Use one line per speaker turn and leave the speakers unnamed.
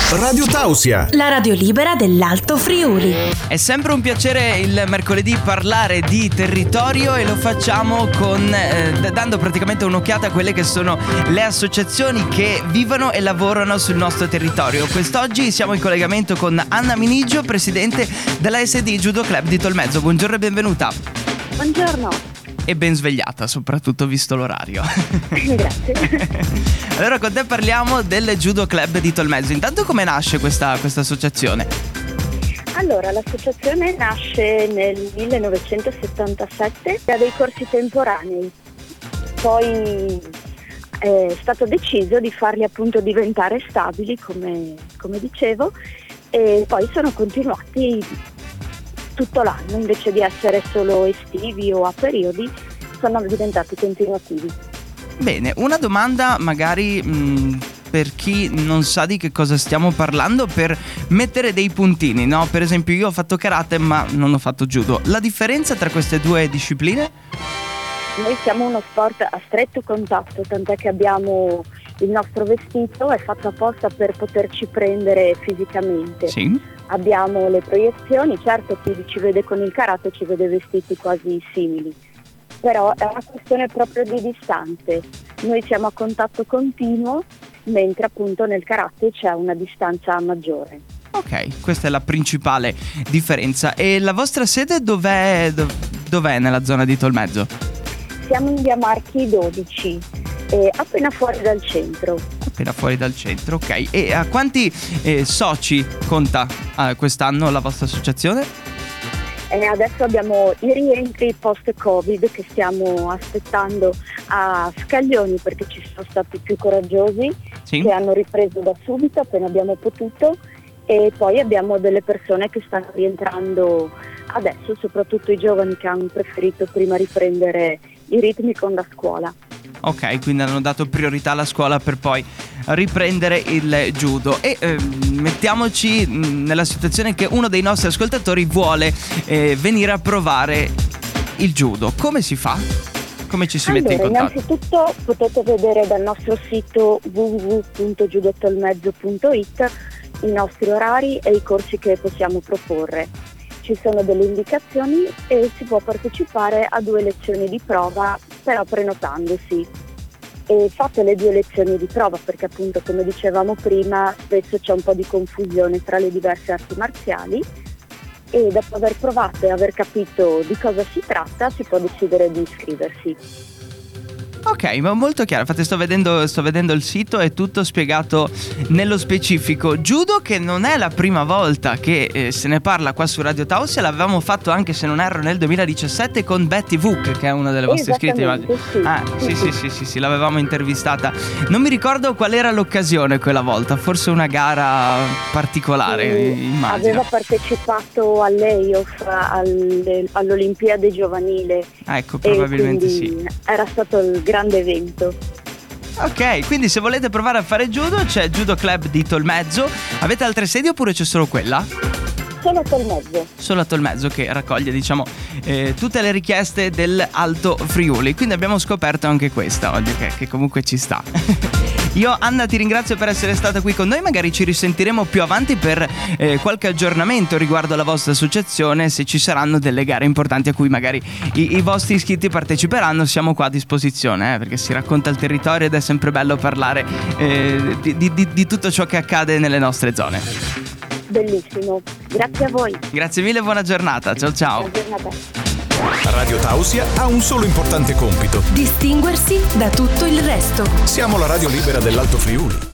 Radio Tausia,
la radio libera dell'Alto Friuli.
È sempre un piacere il mercoledì parlare di territorio e lo facciamo dando praticamente un'occhiata a quelle che sono le associazioni che vivono e lavorano sul nostro territorio. Quest'oggi siamo in collegamento con Anna Minigio, presidente della SD Judo Club di Tolmezzo. Buongiorno e benvenuta.
Buongiorno.
E ben svegliata, soprattutto visto l'orario.
Grazie.
Allora con te parliamo del Judo Club di Tolmezzo. Intanto come nasce questa associazione?
Allora, l'associazione nasce nel 1977, ha dei corsi temporanei, poi è stato deciso di farli appunto diventare stabili, come dicevo, e poi sono continuati tutto l'anno, invece di essere solo estivi o a periodi, sono diventati continuativi.
Bene, una domanda magari per chi non sa di che cosa stiamo parlando, per mettere dei puntini, no? Per esempio io ho fatto karate ma non ho fatto judo. La differenza tra queste due discipline?
Noi siamo uno sport a stretto contatto, tant'è che abbiamo il nostro vestito, è fatto apposta per poterci prendere fisicamente.
Sì.
Abbiamo le proiezioni, certo chi ci vede con il karate ci vede vestiti quasi simili, però è una questione proprio di distanze. Noi siamo a contatto continuo, mentre appunto nel karate c'è una distanza maggiore.
Ok, questa è la principale differenza. E la vostra sede dov'è nella zona di Tolmezzo?
Siamo in via Marchi 12, appena fuori dal centro.
Appena fuori dal centro, ok. E a quanti soci conta quest'anno la vostra associazione?
Adesso abbiamo i rientri post-Covid che stiamo aspettando a scaglioni, perché ci sono stati più coraggiosi,
sì,
che hanno ripreso da subito appena abbiamo potuto, e poi abbiamo delle persone che stanno rientrando adesso, soprattutto i giovani che hanno preferito prima riprendere i ritmi con la scuola.
Ok, quindi hanno dato priorità alla scuola per poi riprendere il judo. E mettiamoci nella situazione che uno dei nostri ascoltatori vuole venire a provare il judo. Come si fa? Come ci si mette in contatto?
Innanzitutto potete vedere dal nostro sito www.judotolmezzo.it i nostri orari e i corsi che possiamo proporre. Ci sono delle indicazioni e si può partecipare a 2 lezioni di prova, però prenotandosi. E fate le 2 lezioni di prova perché appunto, come dicevamo prima, spesso c'è un po' di confusione tra le diverse arti marziali, e dopo aver provato e aver capito di cosa si tratta si può decidere di iscriversi.
Ok, ma molto chiaro. Infatti sto vedendo il sito, è tutto spiegato nello specifico. Judo, che non è la prima volta che se ne parla qua su Radio Tausia. L'avevamo fatto anche, se non erro, nel 2017 con Betty Vuk, che è una delle vostre iscritte. Sì, l'avevamo intervistata. Non mi ricordo qual era l'occasione quella volta, forse una gara particolare, immagino.
Aveva partecipato all'EIOF, all'Olimpiade giovanile.
Ecco, probabilmente sì.
Era stato il grande evento.
Ok, quindi se volete provare a fare judo c'è Judo Club di Tolmezzo. Avete altre sedi oppure c'è solo quella?
Solo a Tolmezzo.
Solo a Tolmezzo, che raccoglie tutte le richieste dell'Alto Friuli. Quindi abbiamo scoperto anche questa oggi, che comunque ci sta. Io, Anna, ti ringrazio per essere stata qui con noi. Magari ci risentiremo più avanti per qualche aggiornamento riguardo alla vostra associazione. Se ci saranno delle gare importanti a cui magari i vostri iscritti parteciperanno, siamo qua a disposizione, perché si racconta il territorio ed è sempre bello parlare di tutto ciò che accade nelle nostre zone.
Bellissimo, grazie a voi.
Grazie mille, buona giornata. Ciao ciao.
Buona giornata.
Radio Tausia ha un solo importante compito:
Distinguersi da tutto il resto.
siamo la radio libera dell'Alto Friuli.